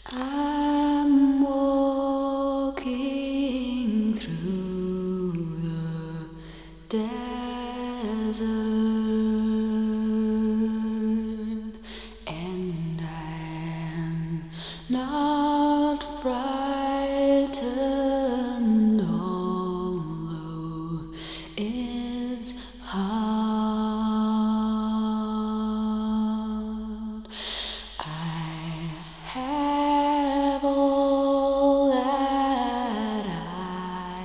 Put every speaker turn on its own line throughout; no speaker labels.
I'm walking through the desert, and I'm not frightened, although it's hard. I have all that I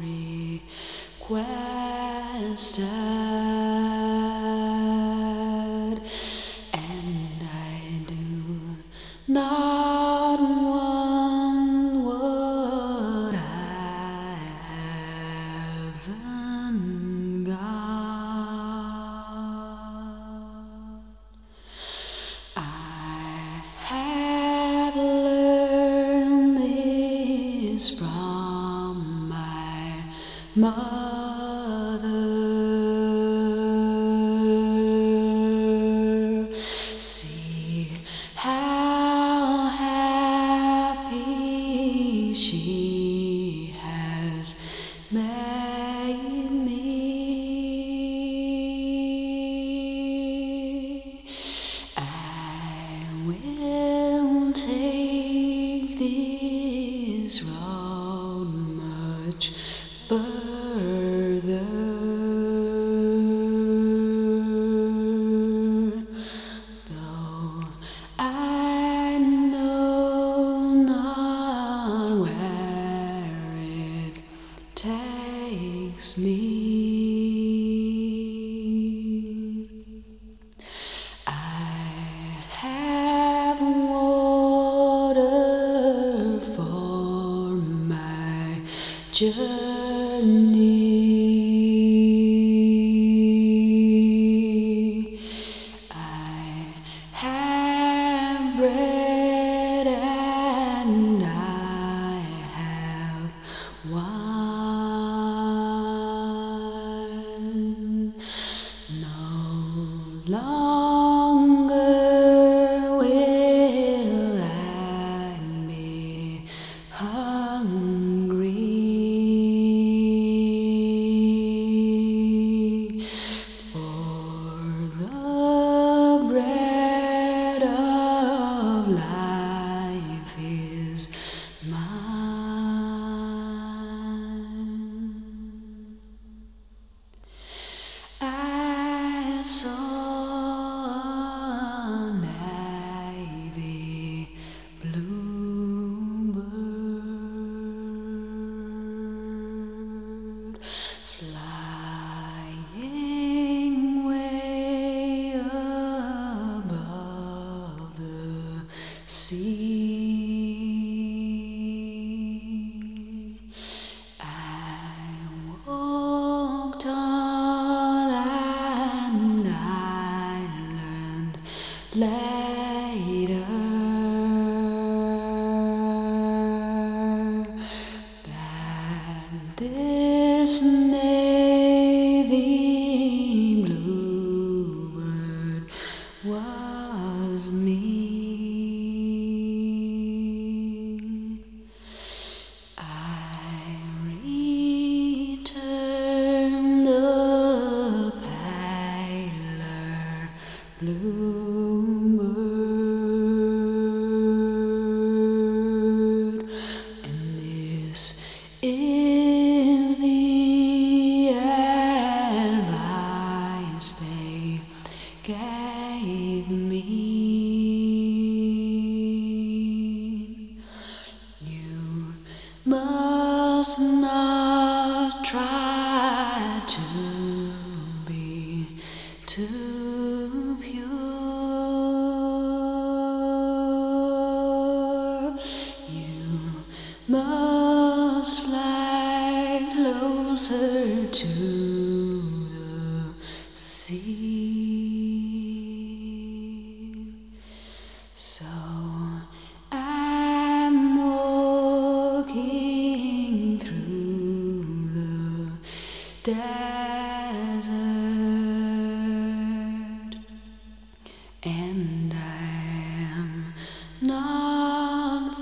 requested, and I do not want what I haven't got. I have learned this from my mother. See how happy she has made me. I will take this road much further, though I know not where it takes me. I have water for my journey. I have bread and I have wine. No longer will I be hungry, for the bread of life is mine. I saw a navy bluebird flying way above the sea. I walked on and I learned later that this navy bluebird was me. I returned the paler bluebird, and this is the advice they gave me. You must not try to be too pure. You must fly closer to the sea. So I'm walking through the desert, and I am not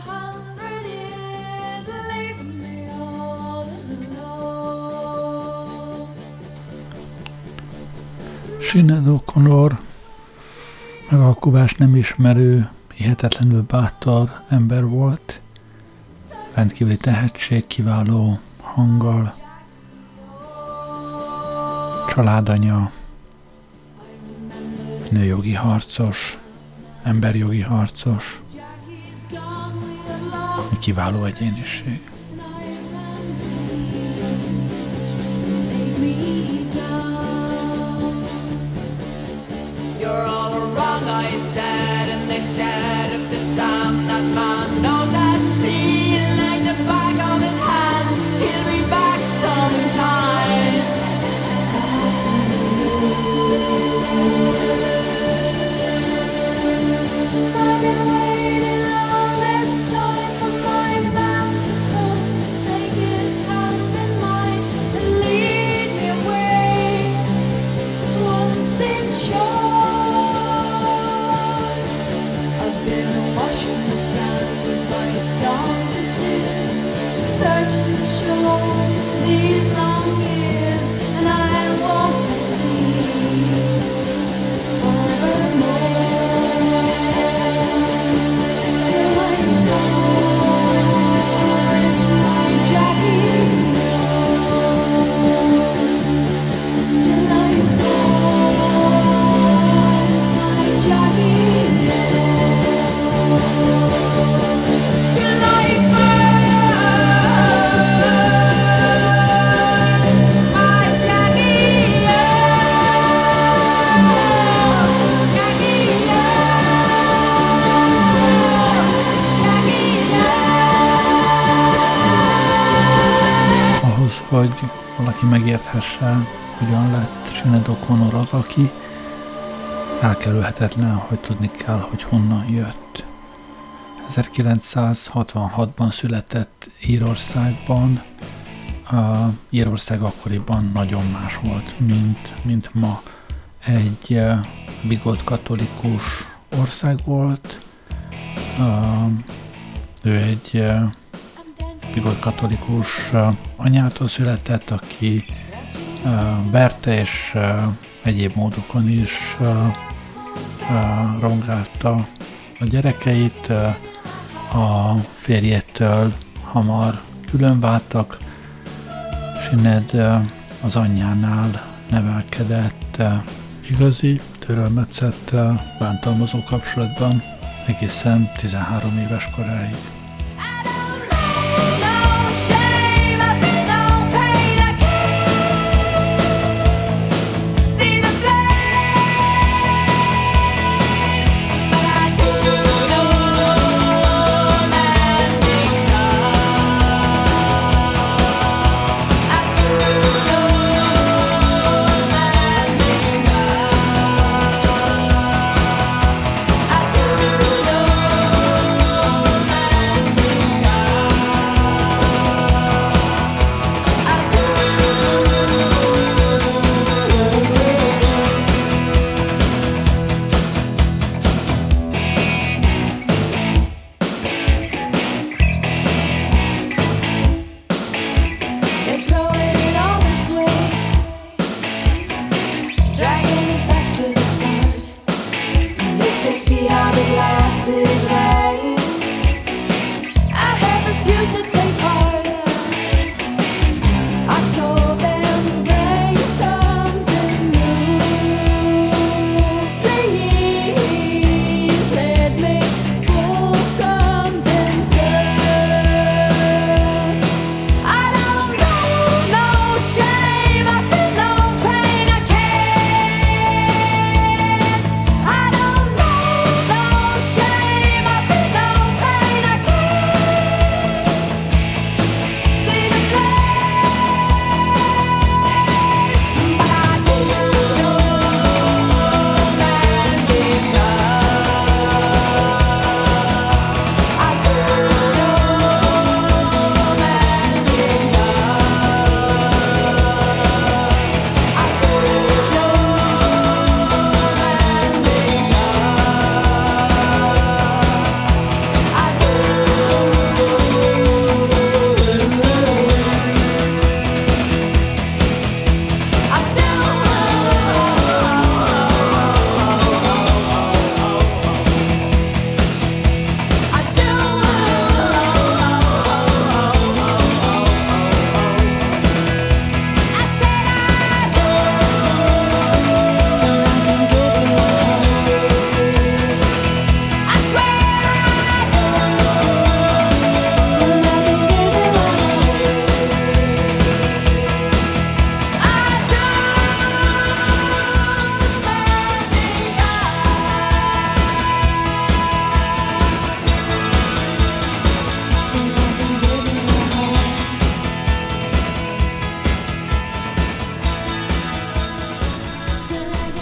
100 years leaving me all alone.
Sinéad O'Connor megalkuvást nem ismerő, hihetetlenül bátor ember volt, rendkívüli tehetség, kiváló hanggal, családanya, nőjogi harcos, emberjogi harcos, kiváló egyéniség.
You're all wrong, I said, and they stared at the sun. That man knows that sea like the back of his hand. He'll be back sometime. Laughing at you. I've been waiting all this time for my man to come, take his hand in mine, and lead me away to unseen shores. I've been washing the sand with my song to tears, searching the shore these long years, and I walk the sea forevermore till I find my Jackie, till I find my Jackie, till I find my Jackie,
Ahhoz, hogy valaki megérthesse, hogyan lett Sinéad O'Connor az, aki, elkerülhetetlen, hogy tudni kell, hogy honnan jött. 1966-ban született Írországban. Írország akkoriban nagyon más volt, mint ma. Egy bigott katolikus ország volt. Ő egy bigott katolikus anyától született, aki verte és egyéb módokon is rongálta a gyerekeit. A férjétől hamar különváltak. Sinéad az anyjánál nevelkedett igazi, törölmetszett, bántalmazó kapcsolatban egészen 13 éves koráig.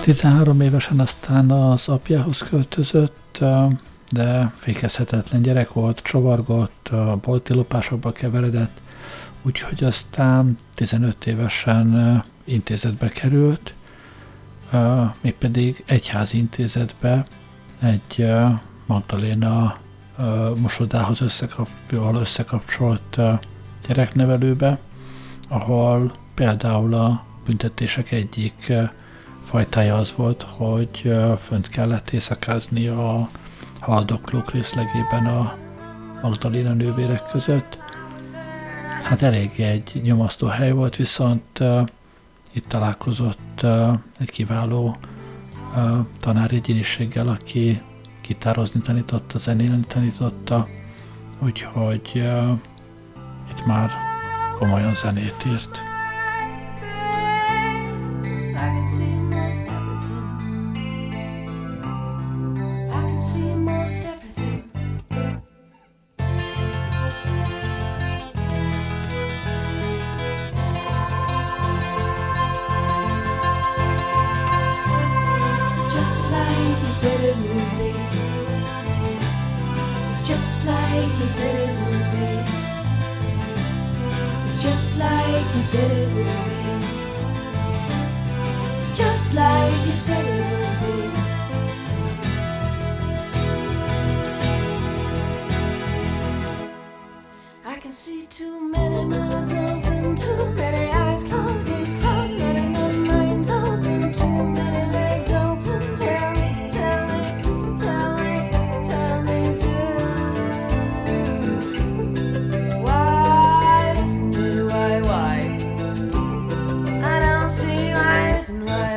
13 évesen aztán az apjához költözött, de fékezhetetlen gyerek volt, csavargott, bolti lopásokba keveredett, úgyhogy aztán 15 évesen intézetbe került, mégpedig egyházi intézetbe, egy Magdaléna mosodához összekapcsolt gyereknevelőbe, ahol például a büntetések egyik fajtája az volt, hogy fönt kellett éjszakázni a haldoklók részlegében a Magdaléna nővérek között. Hát elég egy nyomasztó hely volt, viszont itt találkozott egy kiváló tanári egyéniséggel, aki gitározni tanította, zenélni tanította, úgyhogy itt már komolyan zenét írt.
Just like you said it would be. It's just like you said it would be. It's just like you said it would be. It's just like you said it would be. I can see too many mouths open, too many eyes closed, gates closed, not enough minds open, too many legs open. Tell me, tell me, tell me, tell me, do why isn't it why? I don't see why isn't why.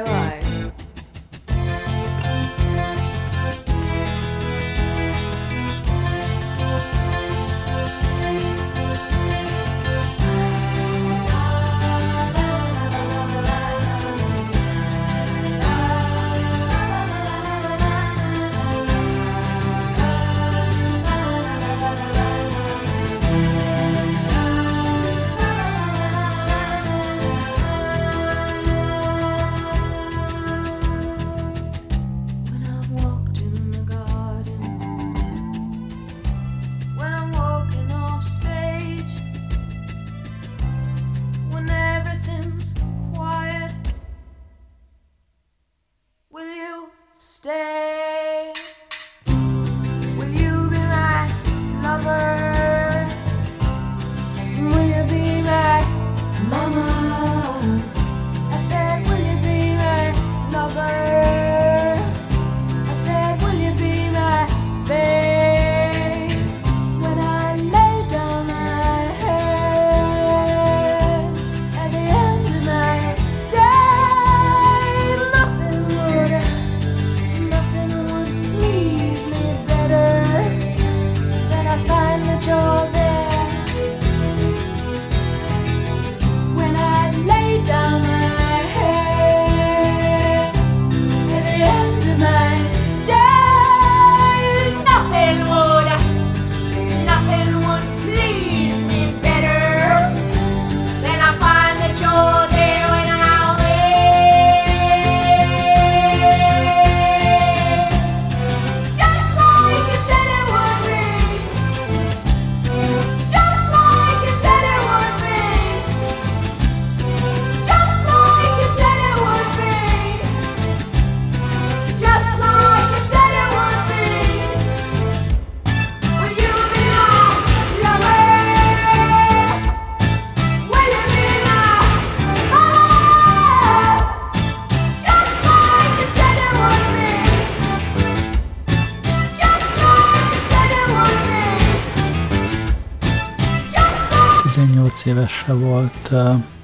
Évese volt,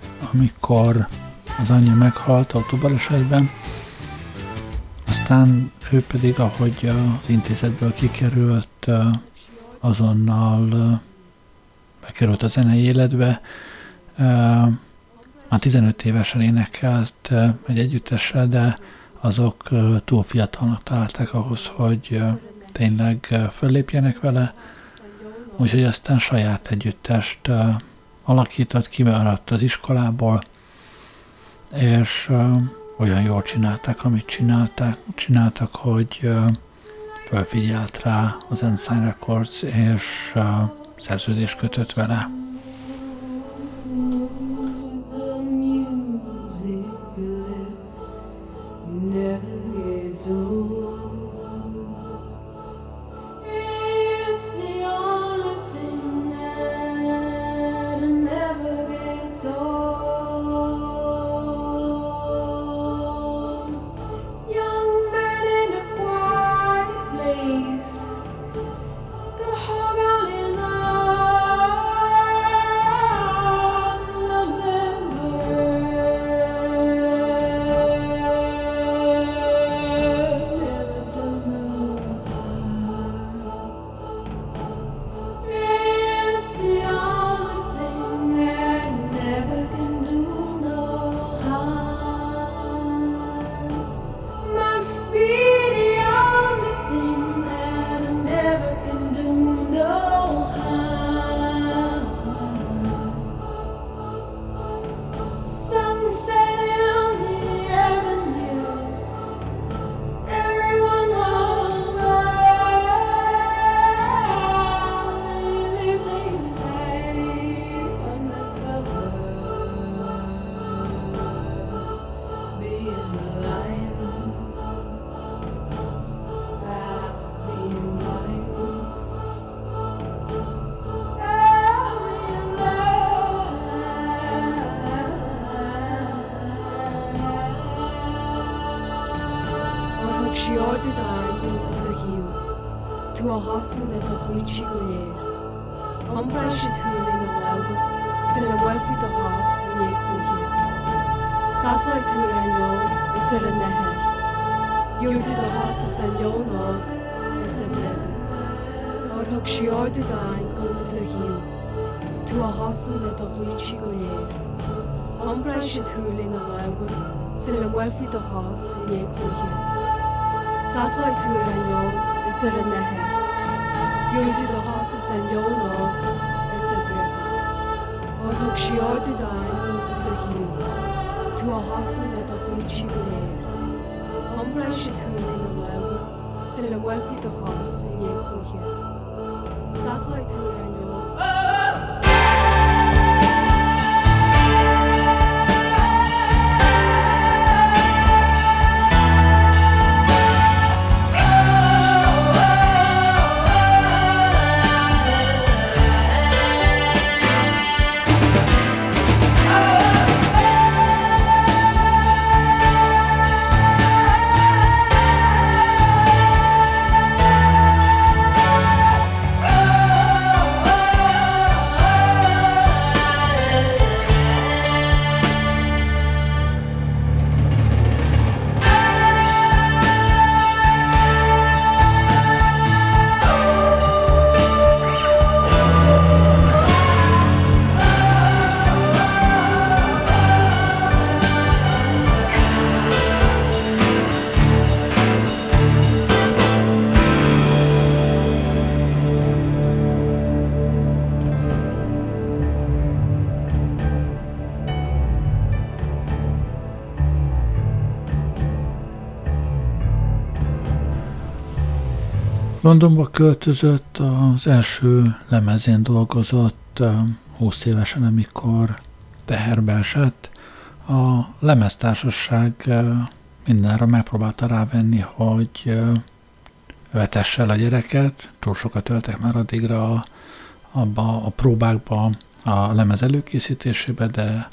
amikor az anyja meghalt autóbalesetben. Aztán ő pedig, ahogy az intézetből kikerült, azonnal bekerült a zenei életbe. Már 15 évesen énekelt egy együttessel, de azok túl fiatalnak találták ahhoz, hogy tényleg föllépjenek vele. Úgyhogy aztán saját együttest alakított, kimaradt az iskolából, és olyan jól csinálták, amit csináltak, hogy felfigyelt rá az Ensign Records, és szerződést kötött vele. Londonba költözött, az első lemezén dolgozott 20 évesen, amikor teherbe esett. A lemeztársaság mindenre megpróbálta rávenni, hogy vetesse el a gyereket. Túl sokat töltek már addigra a próbákba, a lemez előkészítésébe, de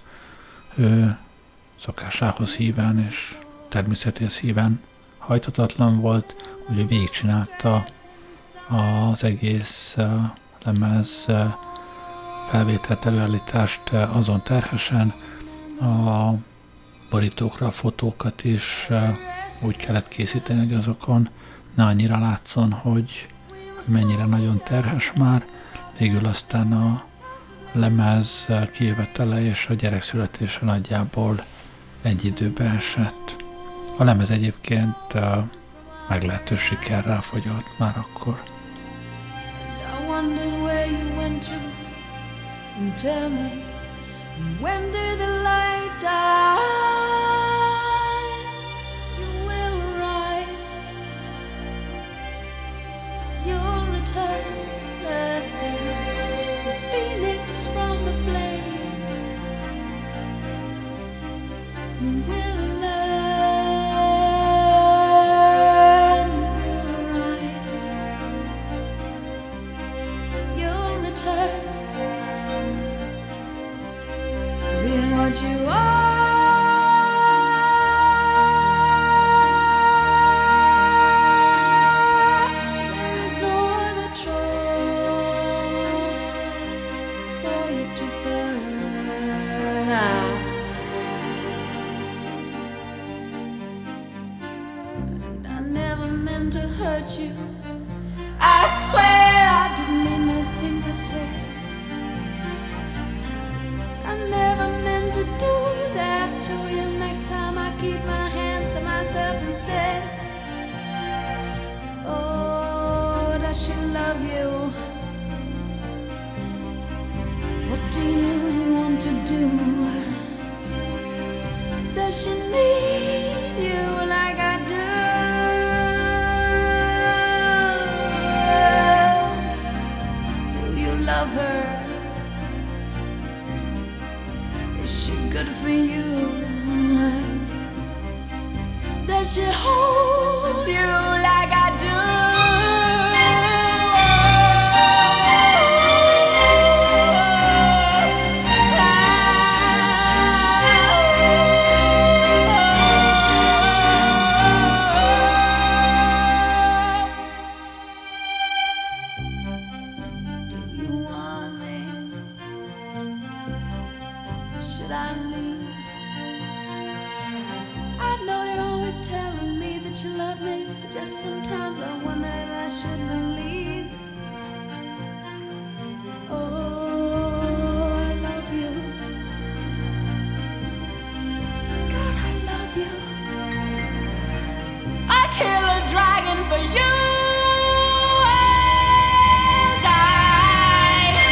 ő szokásához híven és természetéhez híven hajtatatlan volt, úgyhogy végigcsinálta az egész lemez felvételt, előállítást azon terhesen, a borítókra a fotókat is úgy kellett készíteni, hogy azokon ne annyira látszon, hogy mennyire nagyon terhes már. Végül aztán a lemez kijövetele és a gyerek születése nagyjából egy időbe esett. A lemez egyébként meglehetős sikerrel fogyott már akkor.
Tell me, when did the light die? meant to hurt you. I swear I didn't mean those things I said. I never meant to do that to you. Next time I keep my hands to myself instead. Oh, does she love you? What do you want to do? Does she need you like I do? Do you love her? Is she good for you? Does she hold you like I do? Sometimes I wonder if I should believe. Oh, I love you. God, I love you. I'd kill a dragon for you. I'll die.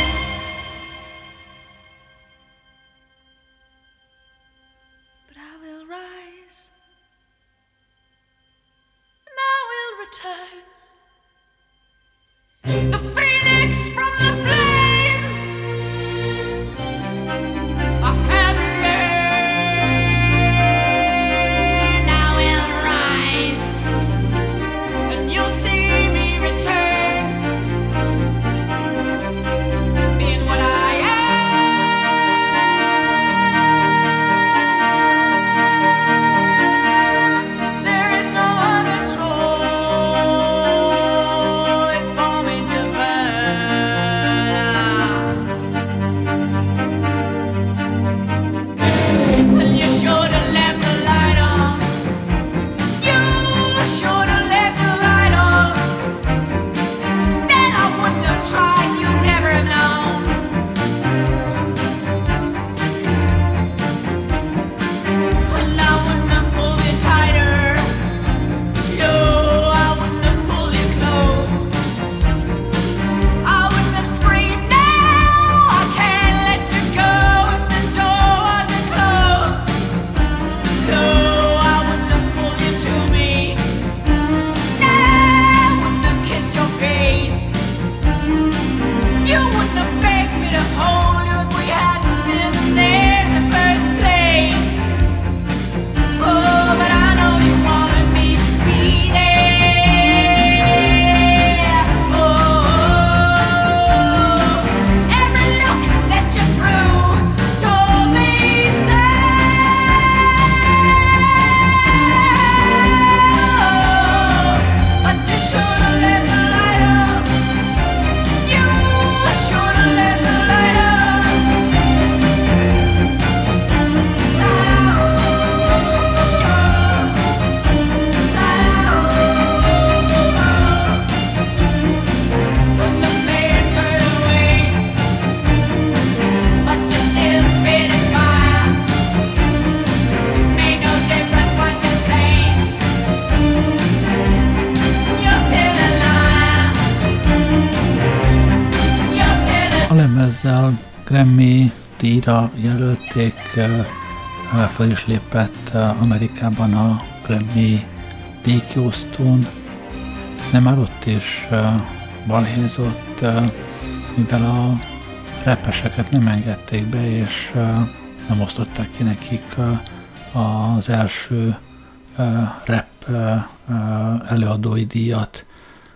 But I will rise. Return. The phoenix from the flame. I have learned I will rise, and you'll see me return, being what I am. There is no other choice.
Ezzel Grammy díjra jelölték, fel is lépett Amerikában a Grammy díjkiosztón, de már ott is balhézott, mivel a rappeseket nem engedték be, és nem osztották ki nekik az első rap előadói díjat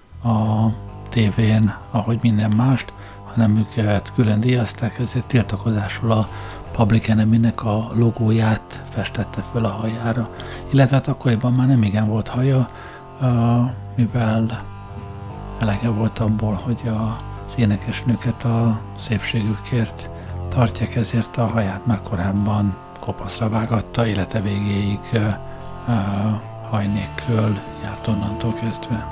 a tévén, ahogy minden mást, hanem őket külön díjazták, ezért tiltakozásul a Public Enemy-nek a logóját festette föl a hajára. Illetve hát akkoriban már nem igen volt haja, mivel elege volt abból, hogy az énekesnőket a szépségükért tartják, ezért a haját már korábban kopaszra vágatta, élete végéig haj nélkül járt onnantól kezdve.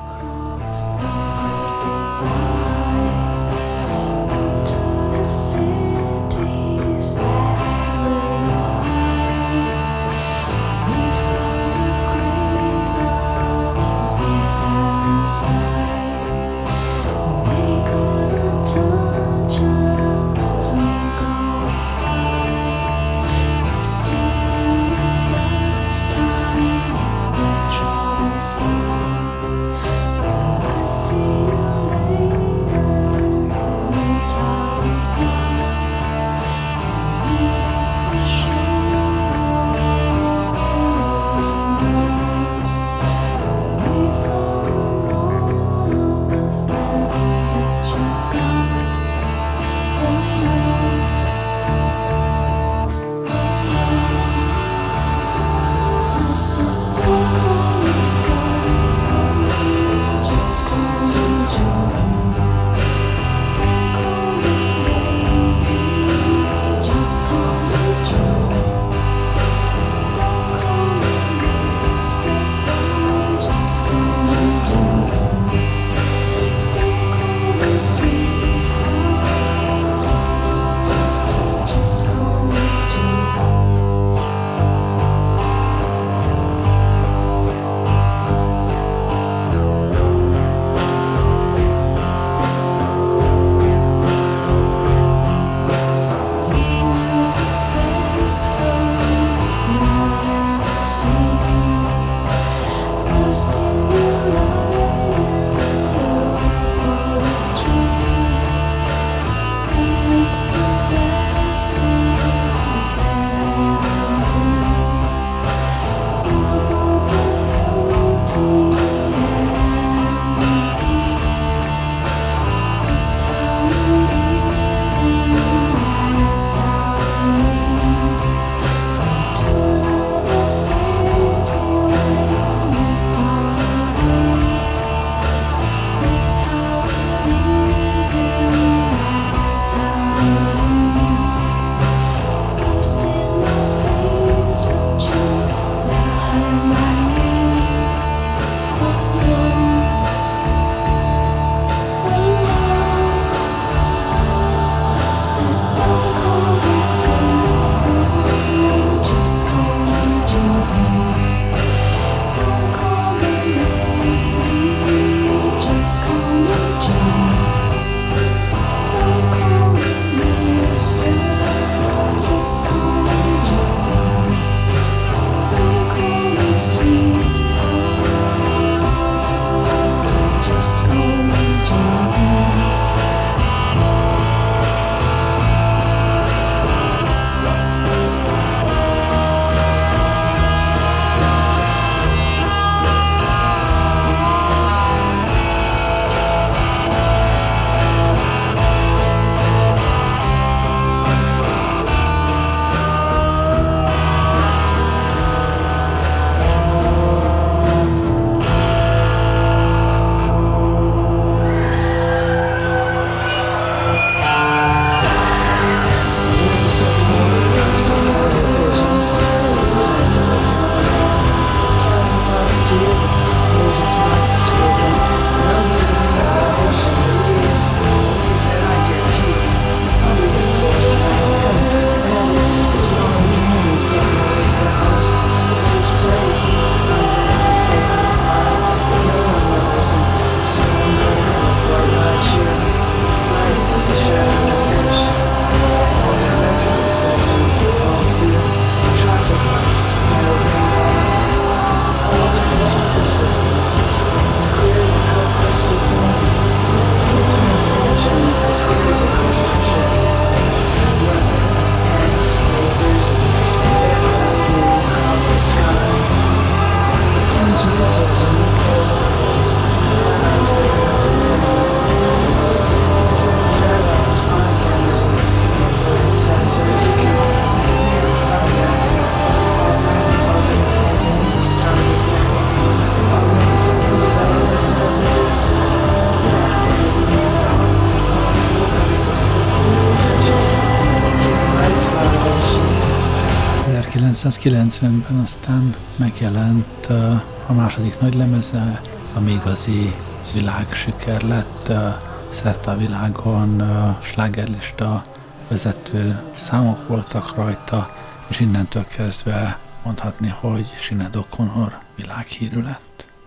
...1990-ben aztán megjelent a második nagylemeze, ami igazi világsiker lett, szerte a világon slágerlista vezető számok voltak rajta, és innentől kezdve mondhatni, hogy Sinéad O'Connor világhírű lett.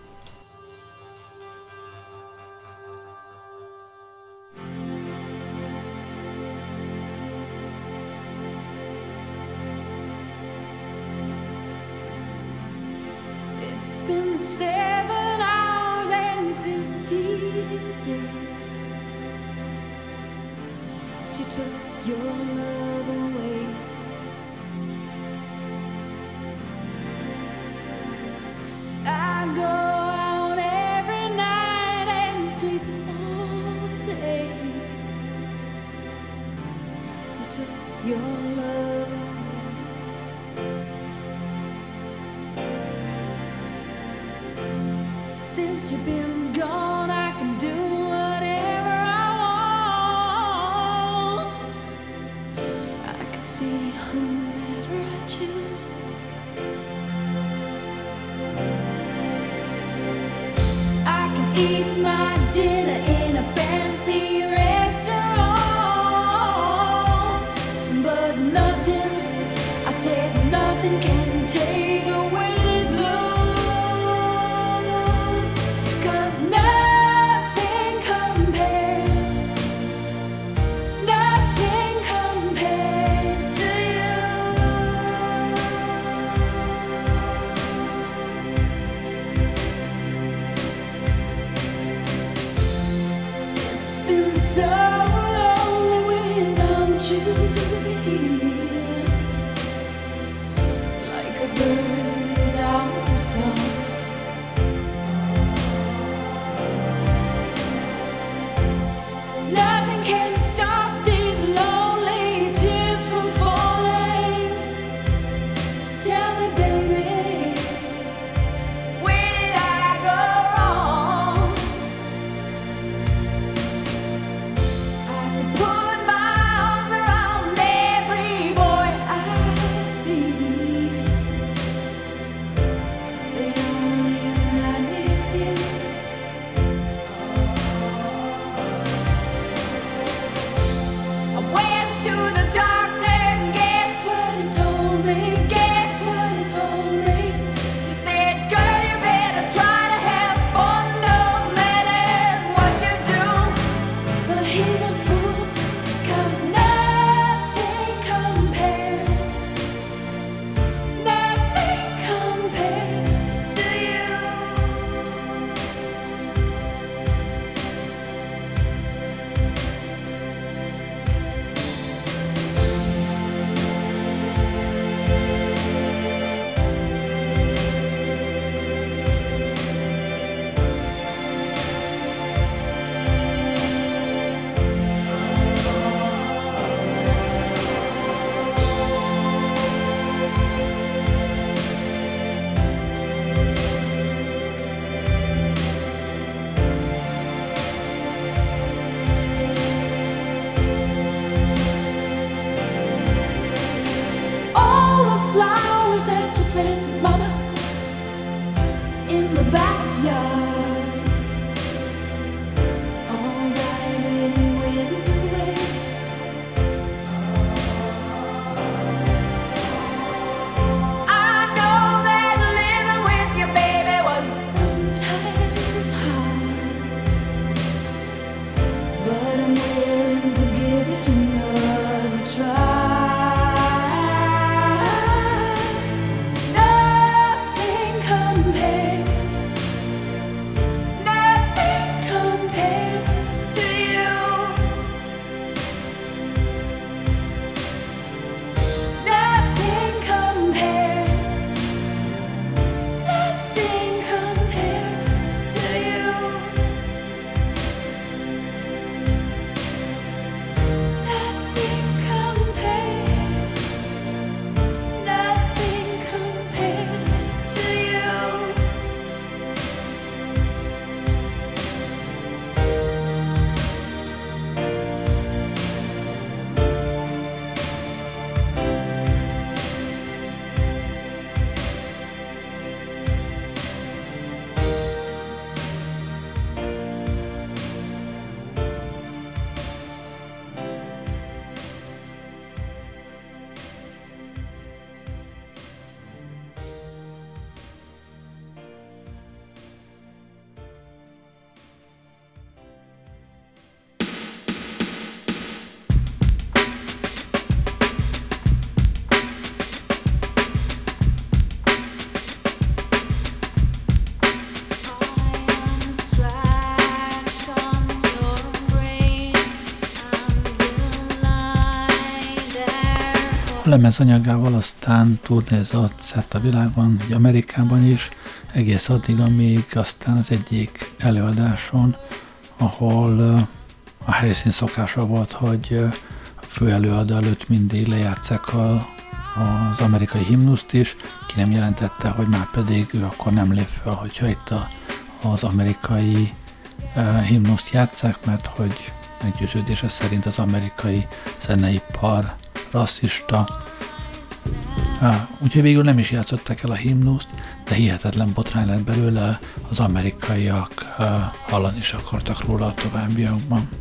It's been 7 hours and 15 days since you took your love away. I go out every night and sleep all day since you took your love away. Since you've been gone, I can do whatever I want. I can see whomever I choose. I can eat my dinner in a fancy restaurant, but nothing, I said nothing can take away this blues, 'cause nothing compares to you. It's been so lonely without you here, like a bird without a song. Nothing can stop these lonely tears from falling. Tell me, baby, where did I go wrong? I could put my arms around every boy I see. They only remind me of you. I went to the doctor and guess what he told me? Guess what he told me? He said, girl, you better try to have fun no matter what you do. But he's a fool, 'cause nothing compares to you. All the flowers that you planted, mama, in the backyard, all died when you went away. I know that living with you, baby, was sometimes hard, but I'm willing to give it another try. Nothing compares to you. Nothing compares to you. Nothing compares to you.
A lemezanyagával aztán turnézott szerte a világon, ugye Amerikában is, egész addig, amíg aztán az egyik előadáson, ahol a helyszín szokása volt, hogy a főelőadó előtt mindig lejátszák az amerikai himnuszt is, ki nem jelentette, hogy már pedig ő akkor nem lép fel, hogyha itt az amerikai himnuszt játszák, mert hogy meggyőződése szerint az amerikai zeneipar rasszista. Úgyhogy végül nem is játszották el a himnuszt, de hihetetlen botrány lett belőle, az amerikaiak hallani is akartak róla a továbbiakban.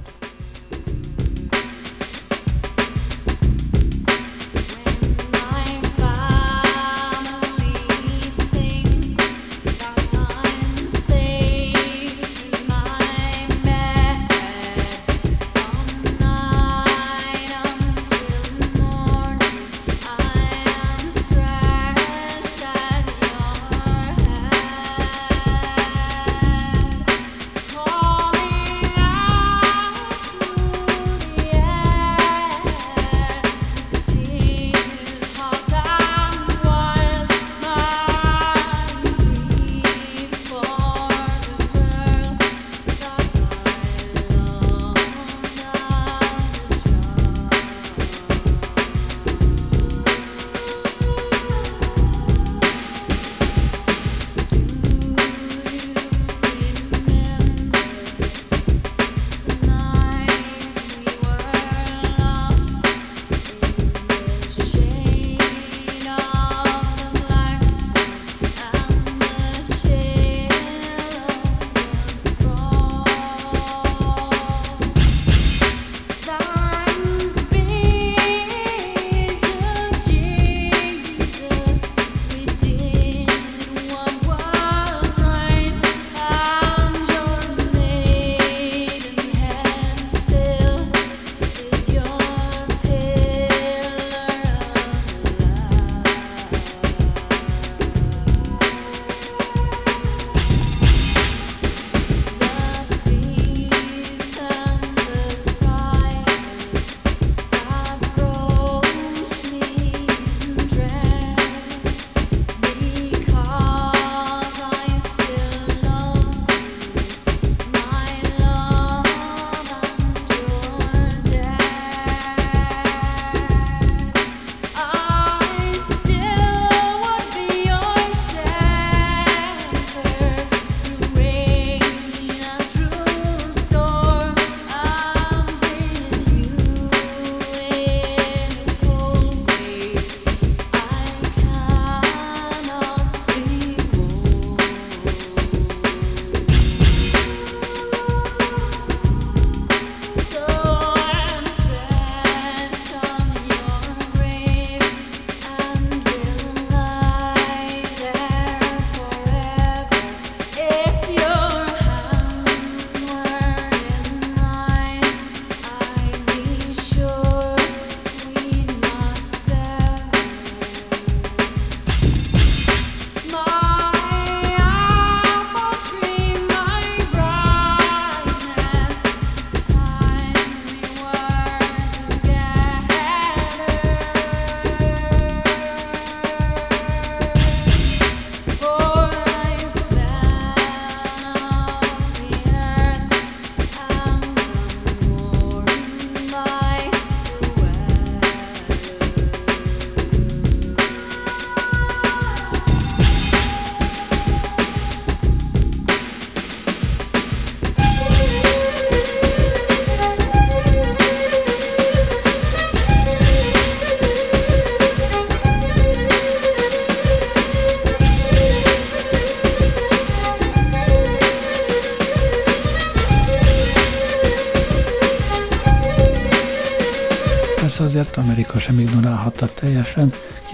Azért Amerika sem ignorálhatta teljesen.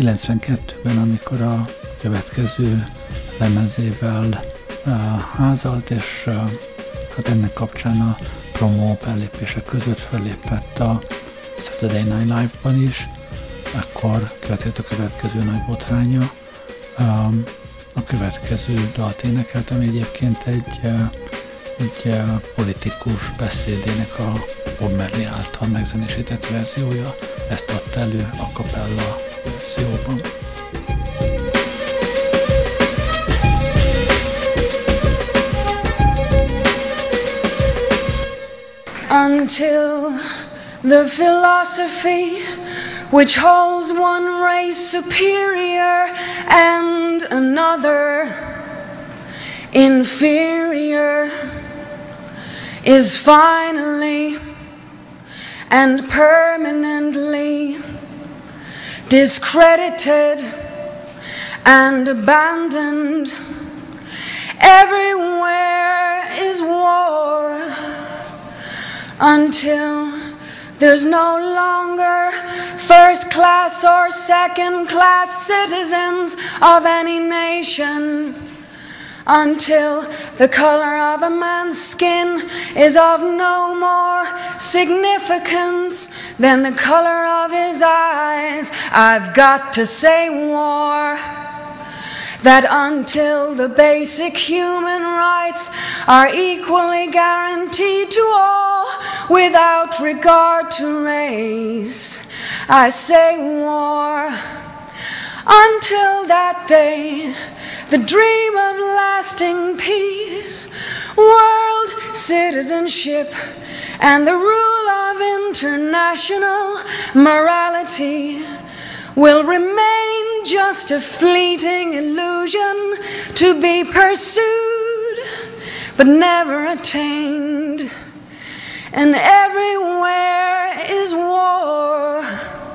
92-ben, amikor a következő lemezével házalt, és hát ennek kapcsán a promó fellépések között fellépett a Saturday Night Live-ban is, akkor következett a következő nagy botránya. A következő dalt énekeltem egyébként egy politikus beszédének a Bob Marley által megzenésített verziója, ezt adta elő a cappella verzióban.
Until the philosophy which holds one race superior and another inferior is finally and permanently discredited and abandoned. Everywhere is war until there's no longer first class or second class citizens of any nation, until the color of a man's skin is of no more significance than the color of his eyes. I've got to say war. That until the basic human rights are equally guaranteed to all without regard to race, I say war. Until that day, the dream of lasting peace, world citizenship, and the rule of international morality will remain just a fleeting illusion to be pursued but never attained. And everywhere is war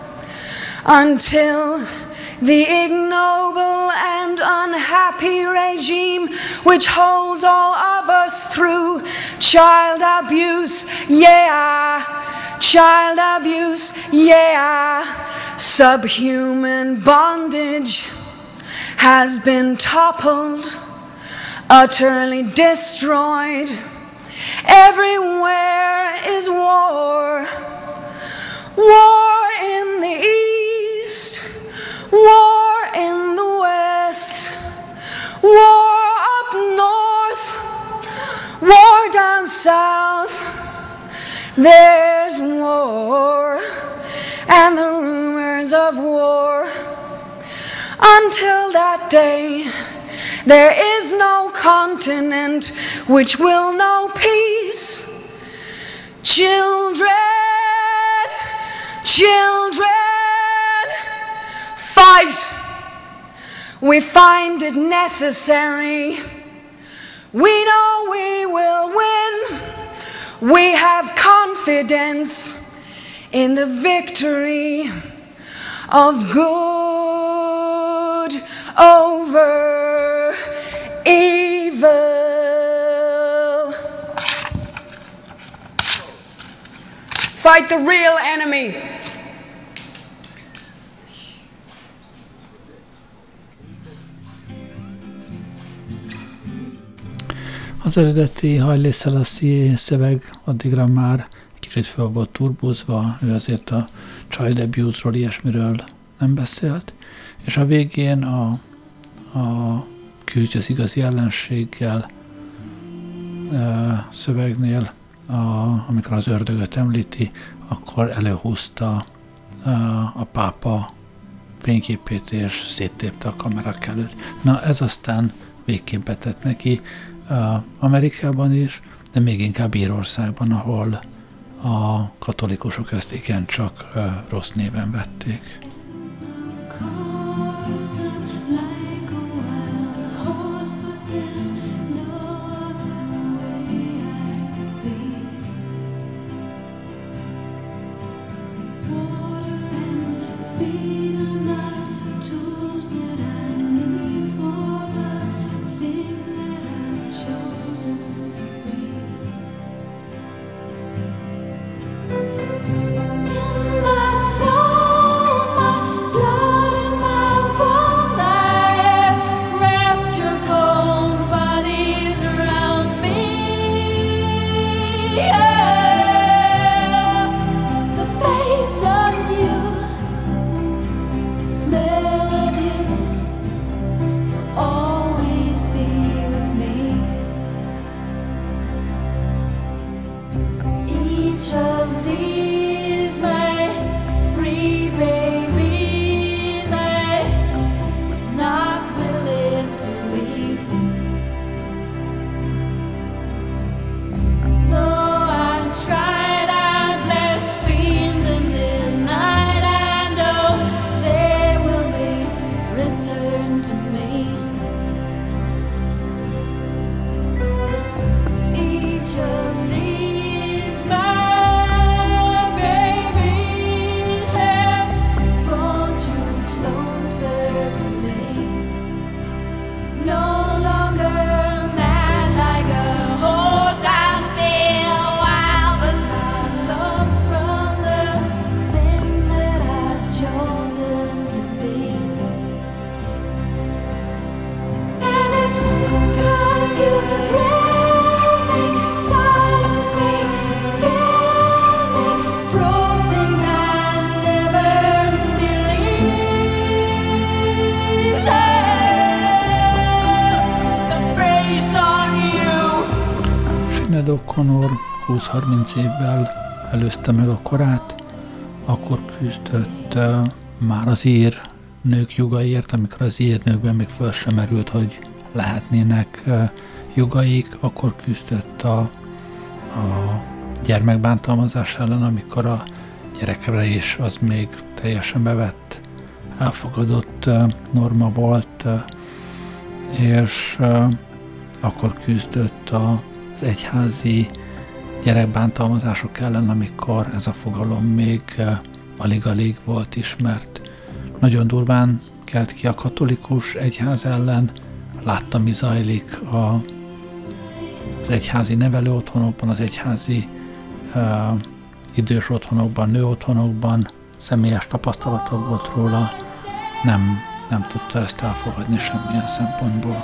until the ignoble and unhappy regime which holds all of us through child abuse, child abuse, subhuman bondage has been toppled, utterly destroyed. Everywhere is war. War in the east, war in the west, war up north, war down south. There's war and the rumors of war. Until that day, there is no continent which will know peace. Children, children, fight. We find it necessary. We know we will win. We have confidence in the victory of good over evil. Fight the real enemy.
Az eredeti Haile Selassie szöveg addigra már kicsit fel volt turbózva, ő azért a child abuse-ról, ilyesmiről nem beszélt, és a végén a küzdj az igazi ellenséggel szövegnél, amikor az ördögöt említi, akkor előhúzta a pápa fényképét és széttépte a kamerák előtt. Na ez aztán végképp betett neki Amerikában is, de még inkább Írországban, ahol a katolikusok ezt igencsak rossz néven vették. Sinéad O'Connor 20-30 évvel előzte meg a korát, akkor küzdött már az ír nők jogaiért, amikor az ír nőkben még föl sem merült, hogy lehetnének jogaik, akkor küzdött a gyermekbántalmazás ellen, amikor a gyerekre is az még teljesen bevett, elfogadott norma volt, és akkor küzdött az egyházi gyerekbántalmazások ellen, amikor ez a fogalom még alig-alig volt ismert. Nagyon durván kelt ki a katolikus egyház ellen, látta, mi zajlik az egyházi nevelőotthonokban, az egyházi idős otthonokban, nőotthonokban, személyes tapasztalata volt róla, nem tudta ezt elfogadni semmilyen szempontból.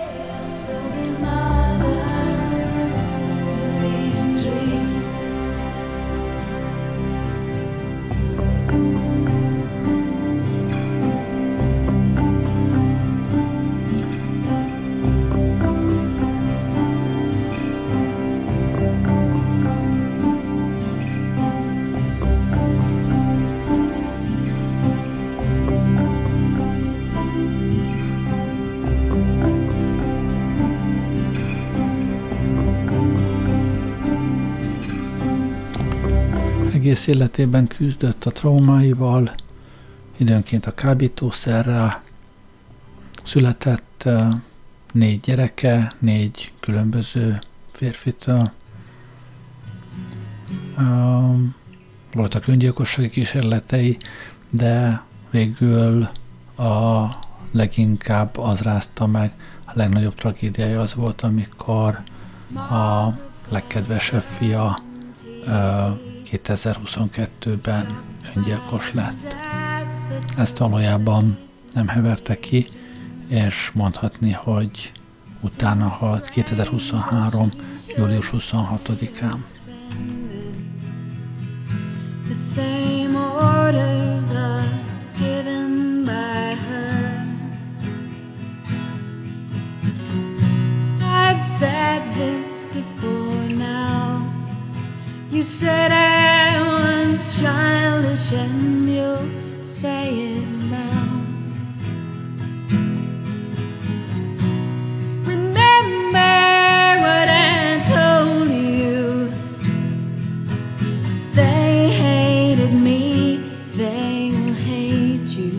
Egész életében küzdött a traumáival, időnként a kábítószerrel, született 4 gyereke, 4 különböző férfitől. Voltak öngyilkossági kísérletei, de végül a leginkább az rázta meg, a legnagyobb tragédiája az volt, amikor a legkedvesebb fia 2022-ben öngyilkos lett. Ezt valójában nem heverte ki, és mondhatni, hogy utána halt 2023. július 26-án.
The same orders are given by her. I've said this before now. You said I was childish and you'll say it now. Remember what I told you. If they hated me, they will hate you.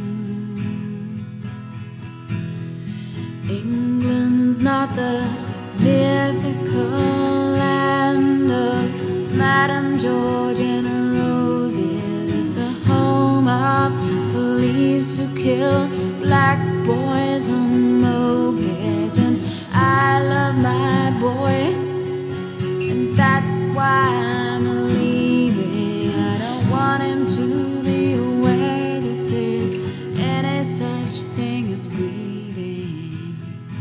England's not the mythical land of Madame George and her roses. It's the home of police who kill black boys on mopeds. And I love my boy, and that's why I'm leaving. I don't want him to be aware that there's any such thing as grieving.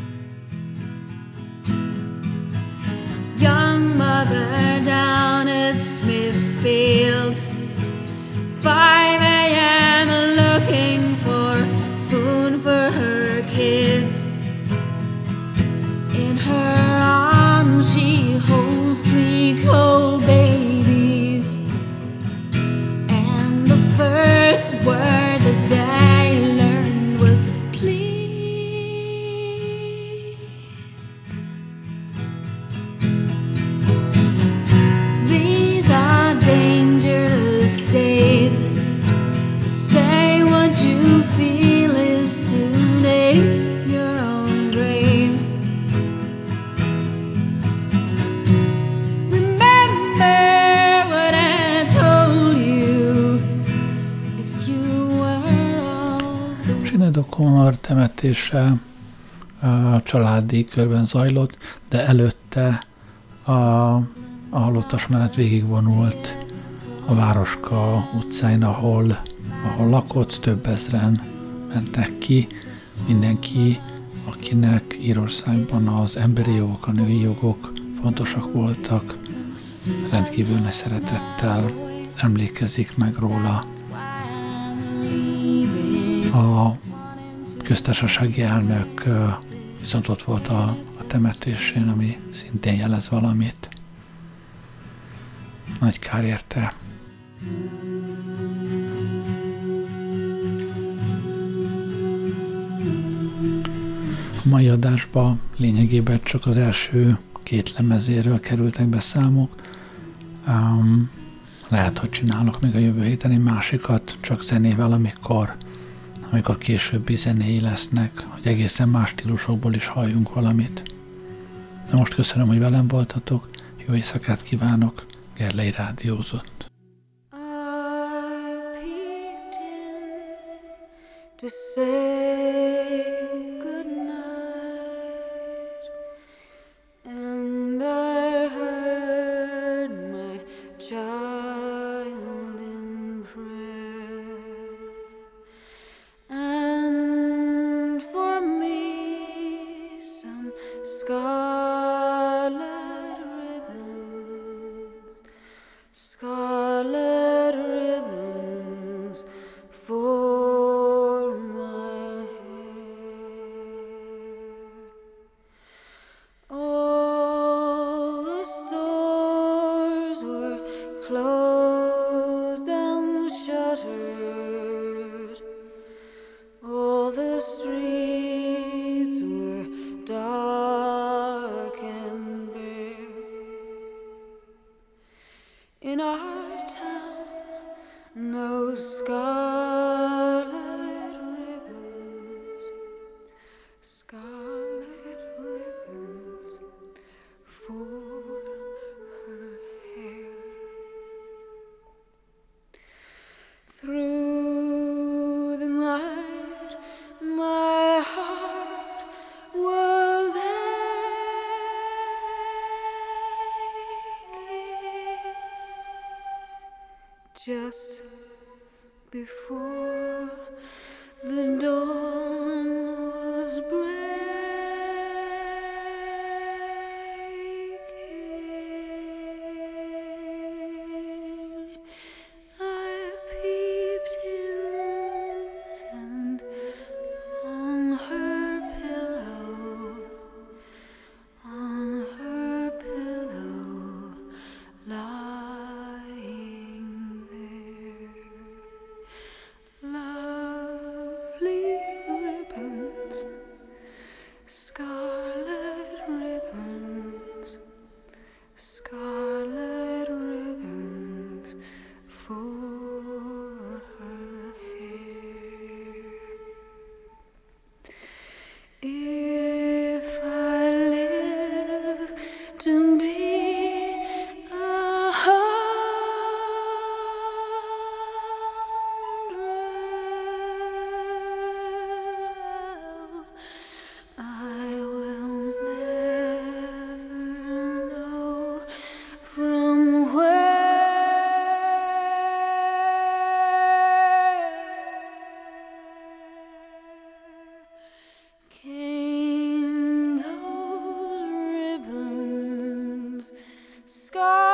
Young mother down at Smithfield, 5 a.m. looking for food for her kids. In her arms she holds 3 cold babies, and the first word that they learned was please. These are dangerous days. To say what you feel is today your own grave. Remember what I told you. If you were all the
Sinéad O'Connor temetése családi körben zajlott, de előtte a halottas mellett végigvonult a Városka utcáin, ahol lakott, több ezren mentek ki. Mindenki, akinek Írországban az emberi jogok, a női jogok fontosak voltak, rendkívül nagy szeretettel emlékezik meg róla. A köztársasági elnök viszont ott volt a temetésén, ami szintén jelez valamit. Nagy kár érte. A mai adásba lényegében csak az első 2 lemezéről kerültek be számok. Lehet, hogy csinálok még a jövő héten egy másikat, csak zenével, amikor későbbi zenéi lesznek, hogy egészen más stílusokból is halljunk valamit. De most köszönöm, hogy velem voltatok, jó éjszakát kívánok, Gerlei rádiózott.
To say goodnight, and I heard my child in prayer, and for me some scarlet ribbons for my hair. All the stores were closed and shuttered. All the streets were dark and bare. In our town, no scarlet ribbons for her hair. Through the night, my heart was aching. Just before the dawn was breaking, I peeped in, and on her pillow, lying there, lovely ribbons, scarlet ribbons for her hair. If I live to be 100, I will never know from where came those ribbons, scarlet